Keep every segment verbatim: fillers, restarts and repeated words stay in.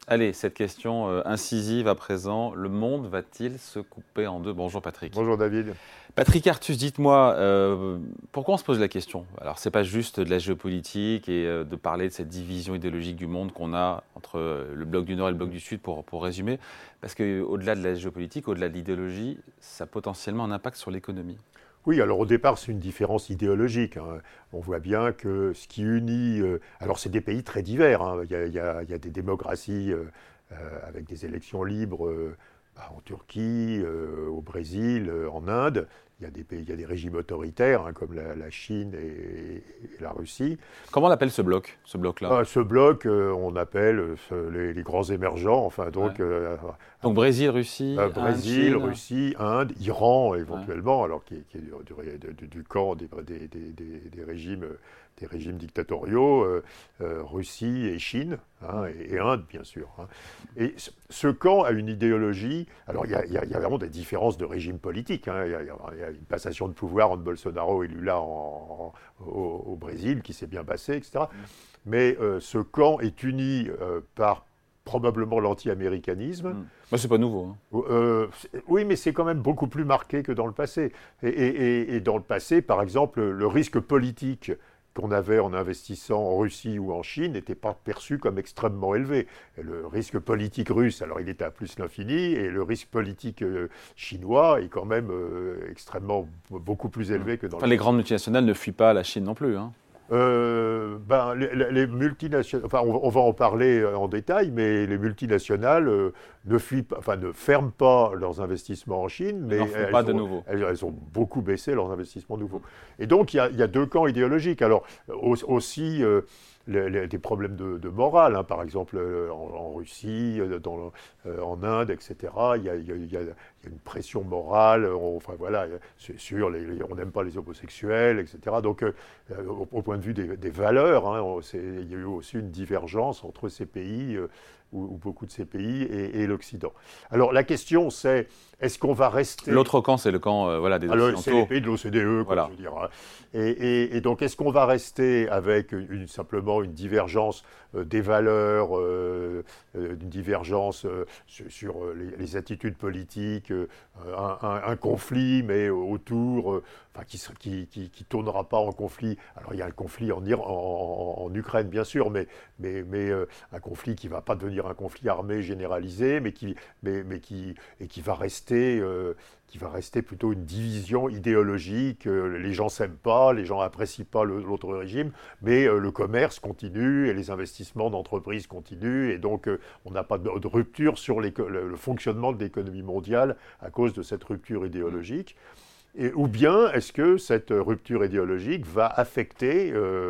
Allez, cette question euh, incisive à présent, le monde va-t-il se couper en deux? Bonjour Patrick. Bonjour David. Patrick Artus, dites-moi, euh, pourquoi on se pose la question? Alors, ce n'est pas juste de la géopolitique et euh, de parler de cette division idéologique du monde qu'on a entre euh, le bloc du Nord et le bloc du Sud, pour, pour résumer, parce qu'au-delà de la géopolitique, au-delà de l'idéologie, ça a potentiellement un impact sur l'économie. Oui, alors au départ, c'est une différence idéologique. Hein. On voit bien que ce qui unit... Euh, alors, c'est des pays très divers. Hein. Il, y a, il, y a, il y a des démocraties euh, euh, avec des élections libres euh, bah, en Turquie, euh, au Brésil, euh, en Inde. Il y a des, pays, il y a des régimes autoritaires, hein, comme la, la Chine et, et la Russie. Comment on appelle ce bloc, ce bloc-là? Ah, ce bloc, euh, on appelle euh, les, les grands émergents. Enfin, donc, ouais. euh, donc Brésil, Russie, euh, Brésil, Inde, Chine. Russie, Inde, Iran éventuellement, ouais. alors qui, qui est du, du, du, du camp des, des, des, des, régimes, des régimes dictatoriaux, euh, euh, Russie et Chine, hein, et, et Inde bien sûr. Hein. Et ce, ce camp a une idéologie. Alors il y, y, y a vraiment des différences de régime politique. Hein. Il, y a, il y a une passation de pouvoir entre Bolsonaro et Lula en, en, au, au Brésil qui s'est bien passée, et cetera. Mm. Mais euh, ce camp est uni euh, par probablement l'anti-américanisme. Mmh. Bah, c'est pas nouveau. Hein. Euh, oui, mais c'est quand même beaucoup plus marqué que dans le passé. Et, et, et dans le passé, par exemple, le risque politique qu'on avait en investissant en Russie ou en Chine n'était pas perçu comme extrêmement élevé. Et le risque politique russe, alors il était à plus l'infini, et le risque politique euh, chinois est quand même euh, extrêmement beaucoup plus élevé que dans enfin, le les grandes multinationales ne fuient pas la Chine non plus. Hein. Euh, ben, les, les multinationales, enfin, on, on va en parler en détail, mais les multinationales euh, ne fuient pas, enfin, ne ferment pas leurs investissements en Chine, mais elles, pas ont, de nouveau. Elles, elles ont beaucoup baissé leurs investissements nouveaux. Et donc, il y, y a deux camps idéologiques. Alors, aussi, euh, les, les, des problèmes de, de morale, hein, par exemple en, en Russie, dans, euh, en Inde, et cetera. Il y a, il y a, il y a une pression morale, on, enfin voilà, c'est sûr, les, les, on n'aime pas les homosexuels, et cetera. Donc, euh, au, au point de vue des, des valeurs, hein, il y a eu aussi une divergence entre ces pays, euh, ou, ou beaucoup de ces pays, et, et l'Occident. Alors, la question, c'est, est-ce qu'on va rester... L'autre camp, c'est le camp euh, voilà, des Alors, Occidentaux. c'est les pays de l'O C D E, voilà. je veux dire. Hein. Et, et, et donc, est-ce qu'on va rester avec une, simplement une divergence euh, des valeurs, euh, euh, une divergence euh, sur, sur euh, les, les attitudes politiques, euh, un, un, un conflit, mais autour, euh, enfin, qui ne qui, qui, qui tournera pas en conflit. Alors, il y a un conflit en, Iran, en, en, en Ukraine, bien sûr, mais, mais, mais euh, un conflit qui ne va pas devenir un conflit armé généralisé, mais qui, mais, mais qui, et qui va rester... Euh, qui va rester plutôt une division idéologique. Euh, les gens ne s'aiment pas, les gens n'apprécient pas le, l'autre régime, mais euh, le commerce continue et les investissements d'entreprises continuent, et donc euh, on n'a pas de, de rupture sur le, le fonctionnement de l'économie mondiale à cause de cette rupture idéologique. Et, ou bien est-ce que cette rupture idéologique va affecter euh,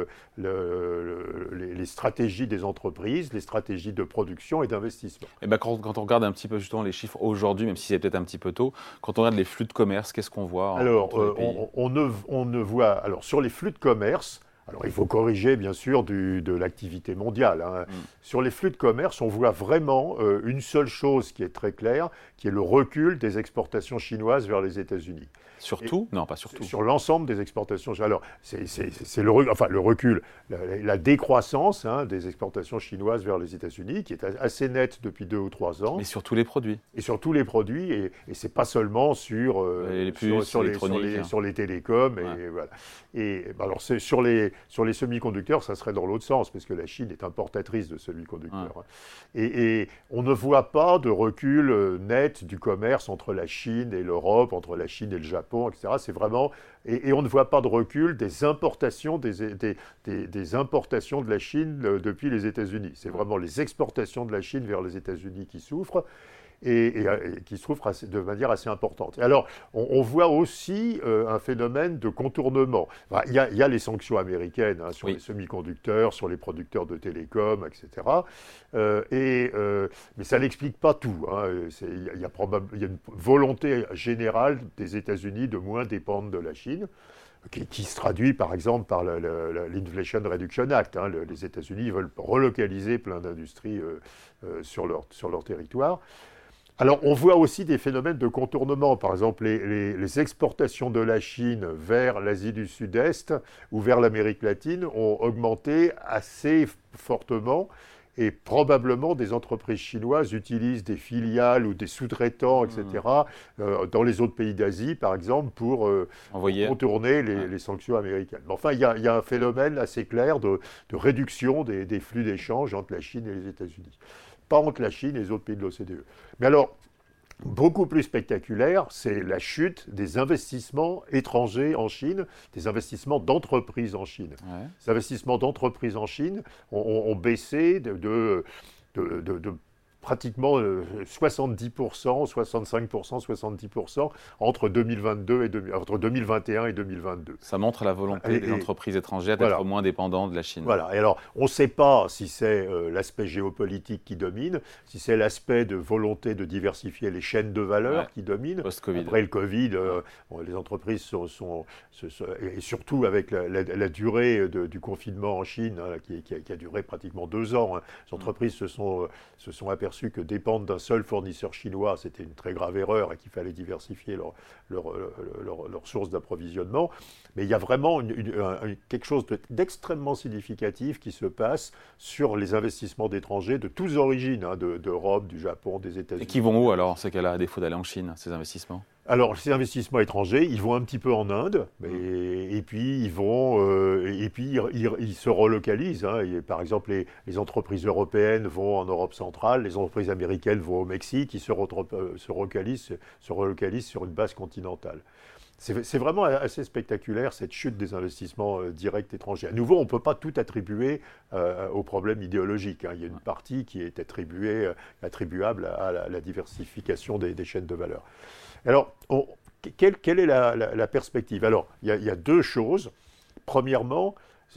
le, le, les, les stratégies des entreprises, les stratégies de production et d'investissement? Et ben quand, quand on regarde un petit peu justement les chiffres aujourd'hui, même si c'est peut-être un petit peu tôt, quand on regarde les flux de commerce, qu'est-ce qu'on voit en, alors, entre les euh, pays on, on, ne, on ne voit... Alors, sur les flux de commerce, alors il faut corriger bien sûr du, de l'activité mondiale. Hein. Mm. Sur les flux de commerce, on voit vraiment euh, une seule chose qui est très claire, qui est le recul des exportations chinoises vers les États-Unis. Surtout ? Non, pas surtout. Sur l'ensemble des exportations. Alors, c'est, c'est, c'est le, enfin, le recul, la, la décroissance hein, des exportations chinoises vers les États-Unis, qui est assez nette depuis deux ou trois ans. Mais sur tous les produits. Et sur tous les produits, et, et c'est pas seulement sur, euh, les puces, sur, sur, les, sur, les, hein. sur les télécoms. Et, ouais. voilà. Et alors, c'est, sur, les, sur les semi-conducteurs, ça serait dans l'autre sens, parce que la Chine est importatrice de semi-conducteurs. Ouais. Et, et on ne voit pas de recul net du commerce entre la Chine et l'Europe, entre la Chine et le Japon. et cetera. C'est vraiment, et, et on ne voit pas de recul des importations, des, des, des, des importations de la Chine euh, depuis les États-Unis. C'est vraiment les exportations de la Chine vers les États-Unis qui souffrent. Et, et, et qui souffrent assez, de manière assez importante. Et alors, on, on voit aussi euh, un phénomène de contournement. Enfin, il y a, il y a les sanctions américaines hein, sur oui. les semi-conducteurs, sur les producteurs de télécom, et cetera. Euh, et, euh, mais ça n'explique pas tout. Hein. Il, y a, il, y a probable, il y a une volonté générale des États-Unis de moins dépendre de la Chine. Qui, qui se traduit par exemple par le, le, l'Inflation Reduction Act. Hein. Le, les États-Unis veulent relocaliser plein d'industries euh, euh, sur, leur, sur leur territoire. Alors, on voit aussi des phénomènes de contournement. Par exemple, les, les, les exportations de la Chine vers l'Asie du Sud-Est ou vers l'Amérique latine ont augmenté assez fortement. et probablement des entreprises chinoises utilisent des filiales ou des sous-traitants, et cetera, mmh. euh, dans les autres pays d'Asie, par exemple, pour, euh, pour contourner les, ouais. les sanctions américaines. Mais enfin, il y, y a un phénomène assez clair de, de réduction des, des flux d'échanges entre la Chine et les États-Unis. Pas entre la Chine et les autres pays de l'O C D E. Mais alors, beaucoup plus spectaculaire, c'est la chute des investissements étrangers en Chine, des investissements d'entreprises en Chine. Ouais. Ces investissements d'entreprises en Chine ont, ont, ont baissé de, de, de, de, de pratiquement soixante-dix pour cent, soixante-cinq pour cent, soixante-dix pour cent entre deux mille vingt-deux et deux mille, entre deux mille vingt et un et deux mille vingt-deux. Ça montre la volonté et, des et, entreprises étrangères d'être voilà. moins dépendantes de la Chine. Voilà. Et alors, on ne sait pas si c'est euh, l'aspect géopolitique qui domine, si c'est l'aspect de volonté de diversifier les chaînes de valeur ouais. qui domine. Post-Covid. Après le Covid, euh, bon, les entreprises sont, sont, sont, sont, et surtout avec la, la, la durée de, du confinement en Chine, hein, qui, qui, a, qui a duré pratiquement deux ans, hein, les entreprises se sont, euh, se sont aperçues que dépendre d'un seul fournisseur chinois, c'était une très grave erreur et qu'il fallait diversifier leurs leur, leur, leur sources d'approvisionnement. Mais il y a vraiment une, une, un, quelque chose d'extrêmement significatif qui se passe sur les investissements d'étrangers de toutes origines, hein, de, d'Europe, du Japon, des États-Unis. Et qui vont où alors, ces cas-là, à défaut d'aller en Chine, ces investissements ? Alors, ces investissements étrangers, ils vont un petit peu en Inde, et, et puis ils vont, euh, et puis ils, ils, ils se relocalisent. Hein. Et, par exemple, les, les entreprises européennes vont en Europe centrale, les entreprises américaines vont au Mexique, ils se, re, se, relocalisent, se relocalisent sur une base continentale. C'est, c'est vraiment assez spectaculaire, cette chute des investissements euh, directs étrangers. À nouveau, on ne peut pas tout attribuer euh, aux problèmes idéologiques. Hein. Il y a une partie qui est attribuée, euh, attribuable à la, la diversification des, des chaînes de valeur. Alors, on, quelle, quelle est la, la, la perspective ? Alors, il y, a, il y a deux choses. Premièrement,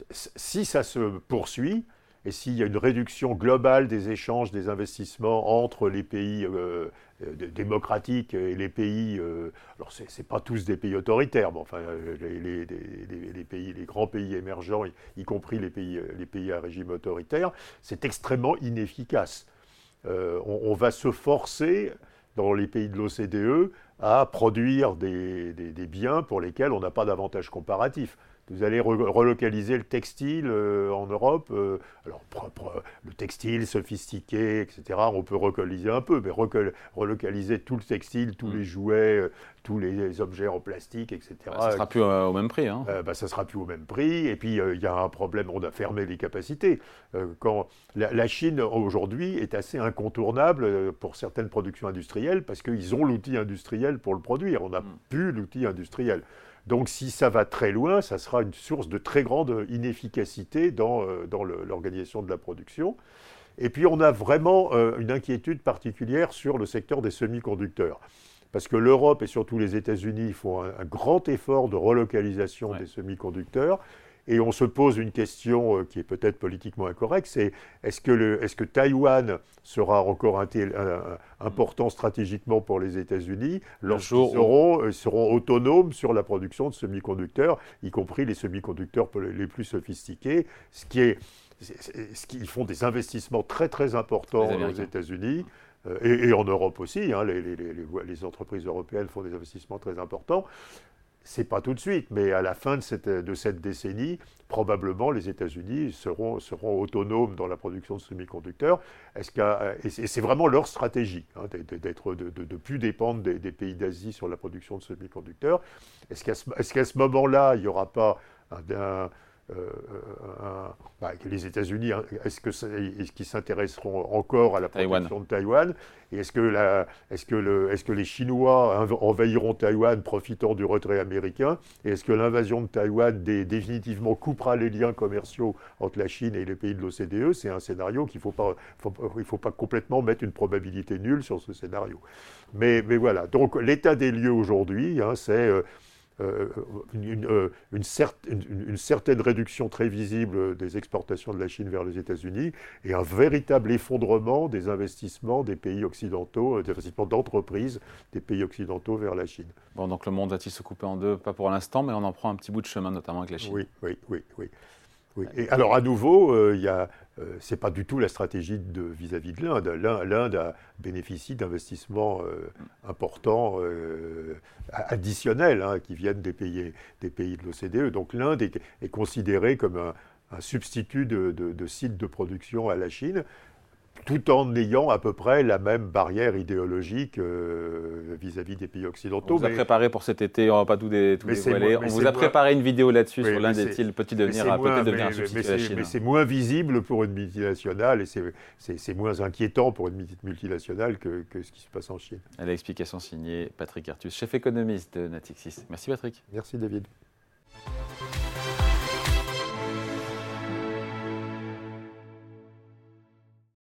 si ça se poursuit, et s'il y a une réduction globale des échanges, des investissements entre les pays euh, démocratiques et les pays, euh, alors ce n'est pas tous des pays autoritaires, mais enfin les, les, les, les, pays, les grands pays émergents, y, y compris les pays, les pays à régime autoritaire, c'est extrêmement inefficace. Euh, on, on va se forcer, dans les pays de l'O C D E, à produire des, des, des biens pour lesquels on n'a pas d'avantage comparatif. Vous allez re- relocaliser le textile euh, en Europe, euh, alors propre, le textile sophistiqué, et cetera. On peut relocaliser un peu, mais reco- relocaliser tout le textile, tous mmh. les jouets, euh, tous les, les objets en plastique, et cetera. Bah, ça ne sera plus euh, au même prix. Hein. Euh, bah, ça ne sera plus au même prix. Et puis, il euh, y a un problème, on a fermé les capacités. Euh, quand la, la Chine, aujourd'hui, est assez incontournable pour certaines productions industrielles parce qu'ils ont l'outil industriel pour le produire. On n'a mmh. plus l'outil industriel. Donc, si ça va très loin, ça sera une source de très grande inefficacité dans, euh, dans le, l'organisation de la production. Et puis, on a vraiment euh, une inquiétude particulière sur le secteur des semi-conducteurs. Parce que l'Europe et surtout les États-Unis font un, un grand effort de relocalisation ouais. des semi-conducteurs. Et on se pose une question euh, qui est peut-être politiquement incorrecte, c'est est-ce que, le, est-ce que Taïwan sera encore un, un, important stratégiquement pour les États-Unis lorsqu'ils seront, euh, seront autonomes sur la production de semi-conducteurs, y compris les semi-conducteurs les plus sophistiqués, ce qui est, c'est, c'est, ce qui, ils font des investissements très très importants aux États-Unis. Euh, et, et en Europe aussi, hein, les, les, les, les entreprises européennes font des investissements très importants. C'est pas tout de suite, mais à la fin de cette, de cette décennie, probablement les États-Unis seront, seront autonomes dans la production de semi-conducteurs. Est-ce qu'à, et c'est vraiment leur stratégie, hein, d'être, de ne plus dépendre des, des pays d'Asie sur la production de semi-conducteurs. Est-ce qu'à ce, est-ce qu'à ce moment-là, il n'y aura pas un, un Euh, un, bah, les États-Unis, est-ce, que est-ce qu'ils s'intéresseront encore à la production Taïwan. de Taïwan ? Et est-ce que, la, est-ce, que le, est-ce que les Chinois envahiront Taïwan profitant du retrait américain ? Et est-ce que l'invasion de Taïwan dé, définitivement coupera les liens commerciaux entre la Chine et les pays de l'O C D E ? C'est un scénario qu'il ne faut pas, faut, il faut pas complètement mettre une probabilité nulle sur ce scénario. Mais, mais voilà, donc l'état des lieux aujourd'hui, hein, c'est... Euh, Euh, une, une, une, cer- une, une certaine réduction très visible des exportations de la Chine vers les États-Unis et un véritable effondrement des investissements des pays occidentaux, des investissements d'entreprises des pays occidentaux vers la Chine. Bon, donc le monde va-t-il se couper en deux ? Pas pour l'instant, mais on en prend un petit bout de chemin, notamment avec la Chine. Oui, oui, oui, oui. Oui. Et alors, à nouveau, euh, y a, euh, ce n'est pas du tout la stratégie de, vis-à-vis de l'Inde. L'Inde, L'Inde a bénéficié d'investissements euh, importants, euh, additionnels, hein, qui viennent des pays, des pays de l'O C D E. Donc, l'Inde est, est considérée comme un, un substitut de, de, de site de production à la Chine. tout en ayant à peu près la même barrière idéologique euh, vis-à-vis des pays occidentaux. On vous a mais... préparé pour cet été, on ne va pas tout, dé, tout dévoiler, moins, on vous a moins... préparé une vidéo là-dessus oui, sur l'un des îles peut-il devenir, peut-être devenir un substitut à la Chine. Mais c'est moins visible pour une multinationale et c'est moins inquiétant pour une multinationale que, que ce qui se passe en Chine. L'explication signée Patrick Artus, chef économiste de Natixis. Merci Patrick. Merci David.